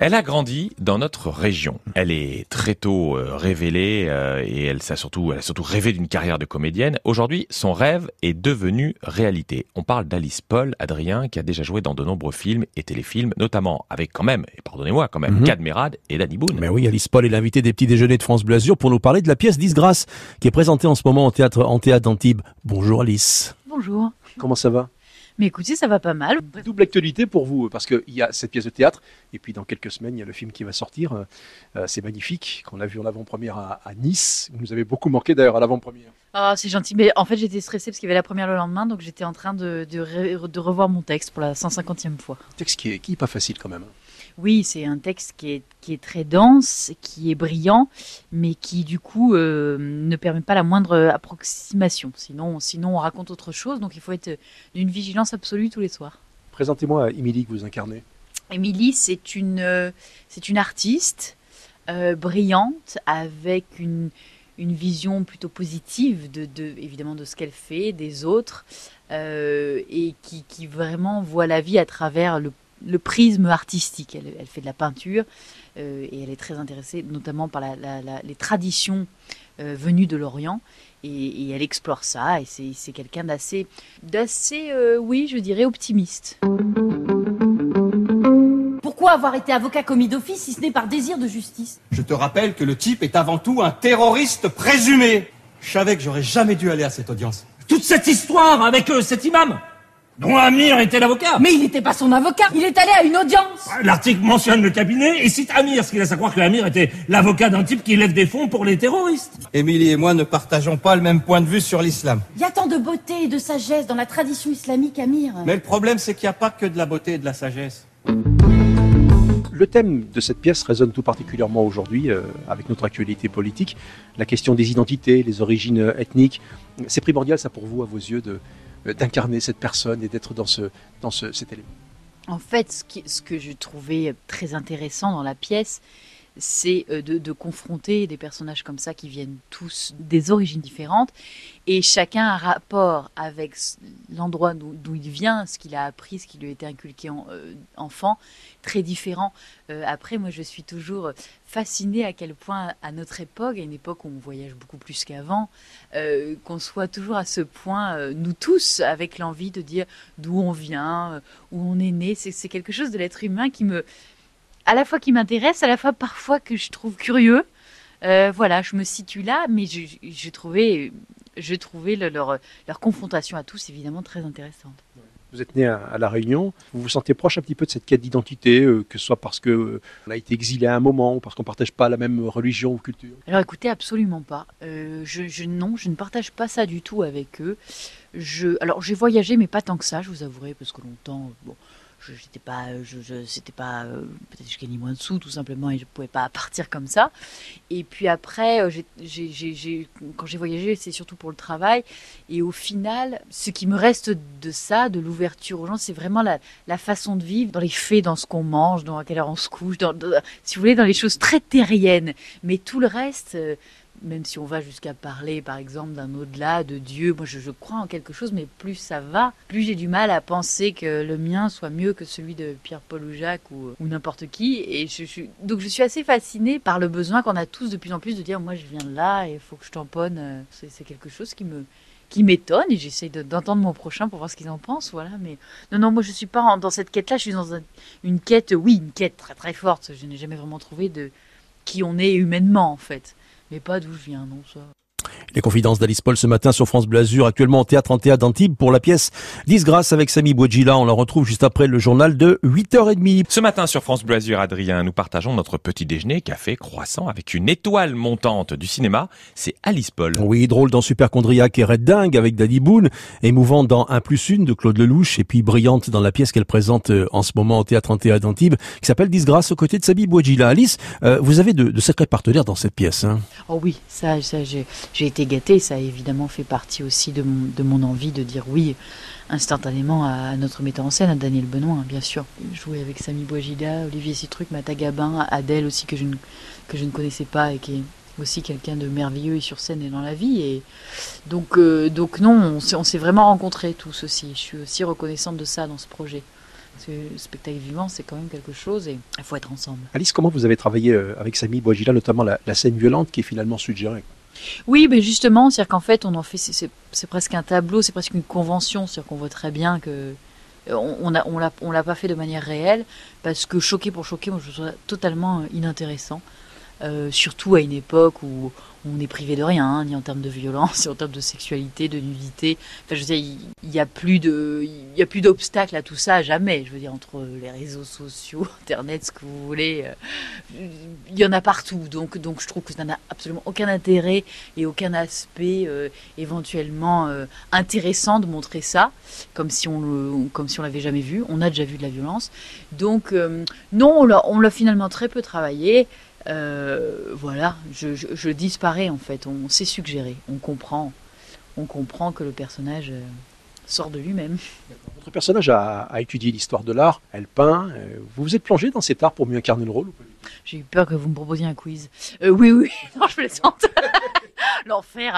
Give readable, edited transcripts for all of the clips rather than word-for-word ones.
Elle a grandi dans notre région. Elle est très tôt révélée et elle a surtout rêvé d'une carrière de comédienne. Aujourd'hui, son rêve est devenu réalité. On parle d'Alice Paul, Adrien, qui a déjà joué dans de nombreux films et téléfilms, notamment avec Gad Merad et Danny Boone. Mais oui, Alice Paul est l'invitée des petits déjeuners de France Bleu Azur pour nous parler de la pièce Disgrâce, qui est présentée en ce moment en théâtre d'Antibes. Bonjour Alice. Bonjour. Comment ça va ? Mais écoutez, ça va pas mal. Double actualité pour vous, parce qu'il y a cette pièce de théâtre, et puis dans quelques semaines, il y a le film qui va sortir. C'est magnifique, qu'on a vu en avant-première à Nice. Vous nous avez beaucoup manqué d'ailleurs à l'avant-première. Ah, c'est gentil. Mais en fait, j'étais stressée parce qu'il y avait la première le lendemain, donc j'étais en train de revoir mon texte pour la 150e fois. Un texte qui est pas facile quand même. Oui, c'est un texte qui est très dense, qui est brillant, mais qui du coup ne permet pas la moindre approximation. Sinon, on raconte autre chose, donc il faut être d'une vigilance absolue tous les soirs. Présentez-moi Émilie que vous incarnez. Émilie, c'est une artiste brillante avec une vision plutôt positive évidemment de ce qu'elle fait, des autres, et qui vraiment voit la vie à travers le prisme artistique. Elle fait de la peinture et elle est très intéressée notamment par les traditions venues de l'Orient et elle explore ça et c'est quelqu'un d'assez oui, je dirais optimiste. Pourquoi avoir été avocat commis d'office si ce n'est par désir de justice ? Je te rappelle que le type est avant tout un terroriste présumé. Je savais que j'aurais jamais dû aller à cette audience. Toute cette histoire avec cet imam dont Amir était l'avocat. Mais il n'était pas son avocat, il est allé à une audience. L'article mentionne le cabinet et cite Amir, ce qui laisse à croire que Amir était l'avocat d'un type qui lève des fonds pour les terroristes. Émilie et moi ne partageons pas le même point de vue sur l'islam. Il y a tant de beauté et de sagesse dans la tradition islamique, Amir. Mais le problème, c'est qu'il n'y a pas que de la beauté et de la sagesse. Le thème de cette pièce résonne tout particulièrement aujourd'hui avec notre actualité politique. La question des identités, les origines ethniques. C'est primordial ça pour vous, à vos yeux, d'incarner cette personne et d'être dans cet élément. En fait, ce que je trouvais très intéressant dans la pièce, c'est de confronter des personnages comme ça qui viennent tous des origines différentes et chacun a un rapport avec l'endroit d'où il vient, ce qu'il a appris, ce qui lui a été inculqué enfant, très différent. Après, moi, je suis toujours fascinée à quel point, à notre époque, à une époque où on voyage beaucoup plus qu'avant, qu'on soit toujours à ce point, nous tous, avec l'envie de dire d'où on vient, où on est né. C'est quelque chose de l'être humain à la fois qui m'intéresse, à la fois parfois que je trouve curieux. Voilà, je me situe là, mais je trouvais leur confrontation à tous évidemment très intéressante. Vous êtes né à La Réunion, vous vous sentez proche un petit peu de cette quête d'identité, que ce soit parce qu'on a été exilé à un moment ou parce qu'on ne partage pas la même religion ou culture ? Alors écoutez, absolument pas. Non, je ne partage pas ça du tout avec eux. Alors j'ai voyagé, mais pas tant que ça, je vous avouerai, parce que longtemps, peut-être je gagnais moins de sous tout simplement et je pouvais pas partir comme ça. Et puis après, quand j'ai voyagé, c'est surtout pour le travail. Et au final, ce qui me reste de ça, de l'ouverture aux gens, c'est vraiment la façon de vivre, dans les faits, dans ce qu'on mange, à quelle heure on se couche, si vous voulez, dans les choses très terriennes. Mais tout le reste, même si on va jusqu'à parler, par exemple, d'un au-delà, de Dieu, moi je crois en quelque chose, mais plus ça va, plus j'ai du mal à penser que le mien soit mieux que celui de Pierre, Paul ou Jacques ou n'importe qui. Et donc je suis assez fascinée par le besoin qu'on a tous de plus en plus de dire, moi je viens de là et il faut que je tamponne. C'est quelque chose qui m'étonne et j'essaie d'entendre mon prochain pour voir ce qu'ils en pensent, voilà. Mais non, moi je suis pas dans cette quête-là, je suis dans une quête très très forte. Je n'ai jamais vraiment trouvé de qui on est humainement en fait. Mais pas d'où je viens, non, ça. Les confidences d'Alice Paul ce matin sur France Bleu Azur, actuellement en théâtre d'Antibes pour la pièce Disgrâce avec Samy Bouedjila. On la retrouve juste après le journal de 8h30. Ce matin sur France Bleu Azur, Adrien, nous partageons notre petit déjeuner café croissant avec une étoile montante du cinéma. C'est Alice Paul. Oui, drôle dans Superchondriac et Red Dingue avec Danny Boone, émouvante dans 1+1 de Claude Lelouch et puis brillante dans la pièce qu'elle présente en ce moment au théâtre d'Antibes qui s'appelle Disgrâce aux côtés de Samy Bouedjila. Alice, vous avez de sacrés partenaires dans cette pièce, hein. Oh oui, ça j'ai été gâtée, ça a évidemment fait partie aussi de mon envie de dire oui instantanément à notre metteur en scène, à Daniel Benoît, hein, bien sûr. Jouer avec Samy Bouedjila, Olivier Citruc, Mata Gabin, Adèle aussi que je ne connaissais pas et qui est aussi quelqu'un de merveilleux et sur scène et dans la vie. Et donc non, on s'est vraiment rencontrés tous aussi. Je suis aussi reconnaissante de ça dans ce projet. Parce que le spectacle vivant, c'est quand même quelque chose et il faut être ensemble. Alice, comment vous avez travaillé avec Samy Bouadjila, notamment la scène violente qui est finalement suggérée? Oui, mais justement, c'est-à-dire qu'en fait, on en fait, c'est presque un tableau, c'est presque une convention, c'est-à-dire qu'on voit très bien que on l'a pas fait de manière réelle, parce que choquer pour choquer, moi je trouve ça totalement inintéressant. Surtout à une époque où on est privé de rien, hein, ni en termes de violence, ni en termes de sexualité, de nudité. Enfin, je veux dire, il y a plus d'obstacles à tout ça, jamais. Je veux dire, entre les réseaux sociaux, Internet, ce que vous voulez, il y en a partout. Donc, je trouve que ça n'a absolument aucun intérêt et aucun aspect éventuellement intéressant de montrer ça, comme si on l'avait jamais vu. On a déjà vu de la violence. Donc, non, on l'a finalement très peu travaillé. Voilà, je disparais en fait, on s'est suggéré, on comprend que le personnage sort de lui-même. Votre personnage a étudié l'histoire de l'art, elle peint. Vous vous êtes plongé dans cet art pour mieux incarner le rôle ou pas? J'ai eu peur que vous me proposiez un quiz. Oui, non, je plaisante. L'enfer.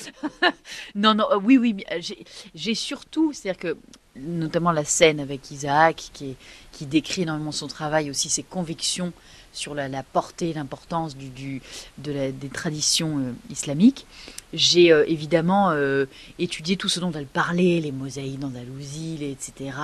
Non, oui, j'ai surtout, c'est-à-dire que notamment la scène avec Isaac qui décrit énormément son travail, aussi ses convictions sur la portée, l'importance des traditions islamiques. J'ai évidemment étudié tout ce dont elle parlait, les mosaïques d'Andalousie, etc.,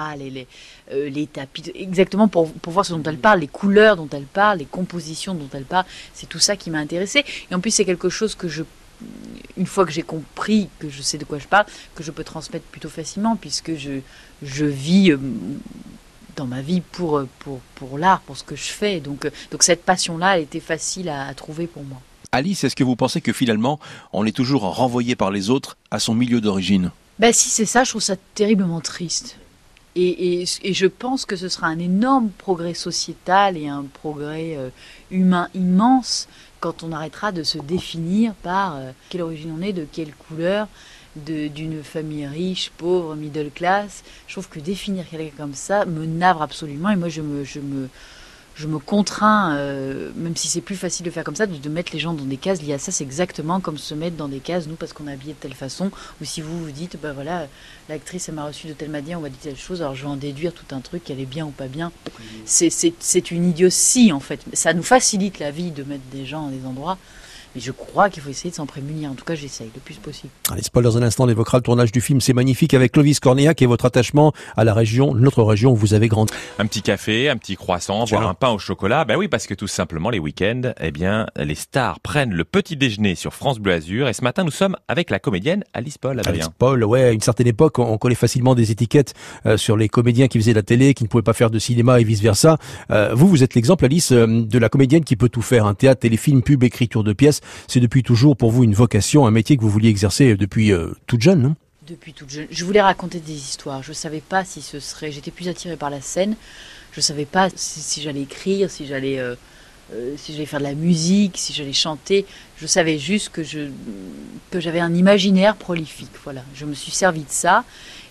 les tapis, exactement pour voir ce dont elle parle, les couleurs dont elle parle, les compositions dont elle parle. C'est tout ça qui m'a intéressée. Et en plus, c'est quelque chose que une fois que j'ai compris, que je sais de quoi je parle, que je peux transmettre plutôt facilement, puisque je vis dans ma vie pour l'art, pour ce que je fais. Donc cette passion-là, elle était facile à trouver pour moi. Alice, est-ce que vous pensez que finalement, on est toujours renvoyé par les autres à son milieu d'origine? Si c'est ça, je trouve ça terriblement triste. Et je pense que ce sera un énorme progrès sociétal et un progrès humain immense quand on arrêtera de se définir par quelle origine on est, de quelle couleur, d'une famille riche, pauvre, middle class. Je trouve que définir quelqu'un comme ça me navre absolument, et moi je me contrains, même si c'est plus facile de faire comme ça, de mettre les gens dans des cases liées à ça. C'est exactement comme se mettre dans des cases, nous, parce qu'on est habillé de telle façon, ou si vous dites, voilà, l'actrice, elle m'a reçu de telle manière, on m'a dit telle chose, alors je vais en déduire tout un truc, qu'elle est bien ou pas bien. C'est une idiotie, en fait. Ça nous facilite la vie de mettre des gens à des endroits, mais je crois qu'il faut essayer de s'en prémunir. En tout cas, j'essaye le plus possible. Alice Paul, dans un instant, on évoquera le tournage du film C'est magnifique avec Clovis Cornillac et votre attachement à la région, notre région où vous avez grandi. Un petit café, un petit croissant, voire un pain au chocolat. Oui, parce que tout simplement, les week-ends, les stars prennent le petit déjeuner sur France Bleu Azur. Et ce matin, nous sommes avec la comédienne Alice Paul. Alice Paul, à une certaine époque, on collait facilement des étiquettes sur les comédiens qui faisaient de la télé, qui ne pouvaient pas faire de cinéma et vice-versa. Vous êtes l'exemple, Alice, de la comédienne qui peut tout faire. Un théâtre, téléfilm, pub, écriture de pièces. C'est depuis toujours pour vous une vocation, un métier que vous vouliez exercer depuis toute jeune, non? Depuis toute jeune. Je voulais raconter des histoires. Je savais pas si ce serait... J'étais plus attirée par la scène. Je savais pas si j'allais écrire, si j'allais faire de la musique, si j'allais chanter. Je savais juste que j'avais un imaginaire prolifique. Voilà. Je me suis servi de ça.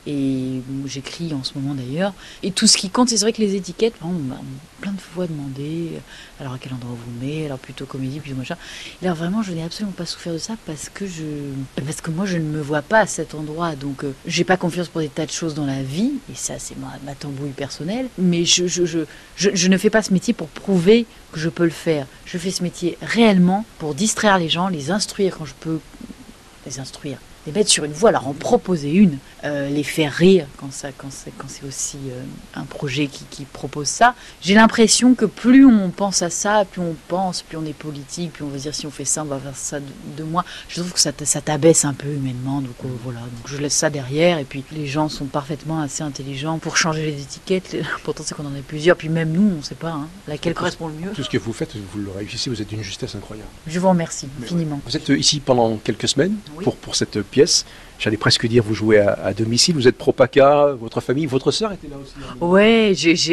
Et j'écris en ce moment d'ailleurs. Et tout ce qui compte, c'est vrai que les étiquettes, on m'a plein de fois demandé, alors à quel endroit vous mettez, alors plutôt comédie, plutôt machin. Et alors vraiment, je n'ai absolument pas souffert de ça parce que moi, je ne me vois pas à cet endroit. Donc, j'ai pas confiance pour des tas de choses dans la vie. Et ça, c'est ma tambouille personnelle. Mais je ne fais pas ce métier pour prouver que je peux le faire. Je fais ce métier réellement pour distraire les gens, les instruire quand je peux les instruire. Les mettre sur une voie, leur en proposer une, les faire rire quand c'est aussi un projet qui propose ça. J'ai l'impression que plus on pense à ça, plus on est politique, plus on va dire si on fait ça, on va faire ça de moi. Je trouve que ça t'abaisse un peu humainement, donc voilà. Donc je laisse ça derrière, et puis les gens sont parfaitement assez intelligents pour changer les étiquettes. L'important c'est qu'on en ait plusieurs, puis même nous, on ne sait pas laquelle correspond le mieux. Tout ce que vous faites, vous le réussissez, vous êtes d'une justesse incroyable. Je vous remercie infiniment. Vous êtes ici pendant quelques semaines, oui, pour cette pièce. J'allais presque dire, vous jouez à domicile, vous êtes pro-PACA, votre famille, votre sœur était là aussi. Ouais,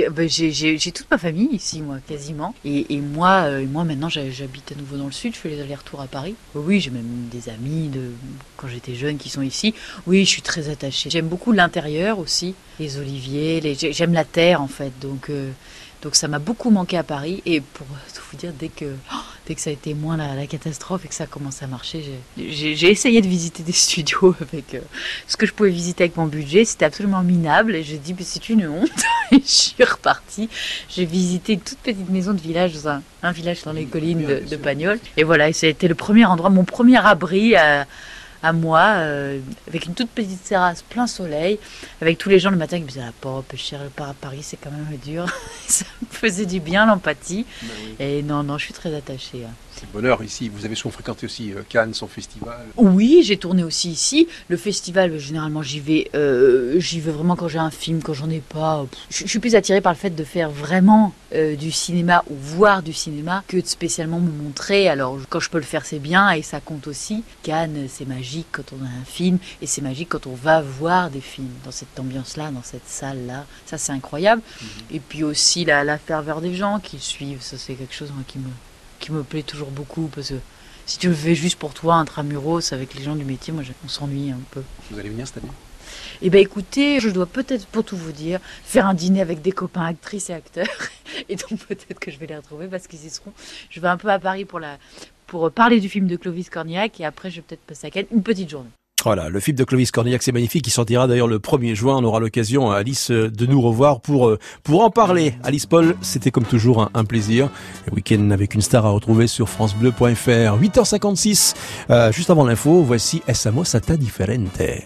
j'ai toute ma famille ici, moi, quasiment. Et moi maintenant, j'habite à nouveau dans le sud, je fais les allers-retours à Paris. Oui, j'ai même des amis quand j'étais jeune qui sont ici. Oui, je suis très attachée. J'aime beaucoup l'intérieur aussi, les oliviers, j'aime la terre en fait, donc ça m'a beaucoup manqué à Paris. Et pour tout vous dire, dès que ça a été moins la catastrophe et que ça a commencé à marcher, j'ai essayé de visiter des studios avec ce que je pouvais visiter avec mon budget. C'était absolument minable et j'ai dit c'est une honte. Et je suis repartie. J'ai visité une toute petite maison de village dans un village dans les collines de Pagnol. Et voilà, et ça a été le premier endroit, mon premier abri à moi, avec une toute petite terrasse plein soleil, avec tous les gens le matin qui me disaient pas cher, le part à Paris c'est quand même dur. Ça me faisait du bien, l'empathie. Oui. Et non, je suis très attachée. C'est le bonheur ici. Vous avez souvent fréquenté aussi Cannes, son festival. Oui, j'ai tourné aussi ici. Le festival, généralement, j'y vais vraiment quand j'ai un film, quand j'en ai pas. Je suis plus attirée par le fait de faire vraiment du cinéma ou voir du cinéma que de spécialement me montrer. Alors, quand je peux le faire, c'est bien et ça compte aussi. Cannes, c'est magique quand on a un film et c'est magique quand on va voir des films dans cette ambiance-là, dans cette salle-là. Ça, c'est incroyable. Et puis aussi la ferveur des gens qui suivent. Ça, c'est quelque chose qui me plaît toujours beaucoup parce que si tu le fais juste pour toi, intramuros, avec les gens du métier, moi, on s'ennuie un peu. Vous allez venir cette année ? Eh bien écoutez, je dois peut-être, pour tout vous dire, faire un dîner avec des copains actrices et acteurs. Et donc peut-être que je vais les retrouver parce qu'ils y seront. Je vais un peu à Paris pour parler du film de Clovis Cornillac et après je vais peut-être passer à Cannes une petite journée. Voilà, le film de Clovis Cornillac, c'est magnifique. Il sortira d'ailleurs le 1er juin. On aura l'occasion, Alice, de nous revoir pour en parler. Alice Paul, c'était comme toujours un plaisir. Le week-end avec une star à retrouver sur francebleu.fr. 8h56. Juste avant l'info, voici Esa Mossa Differente.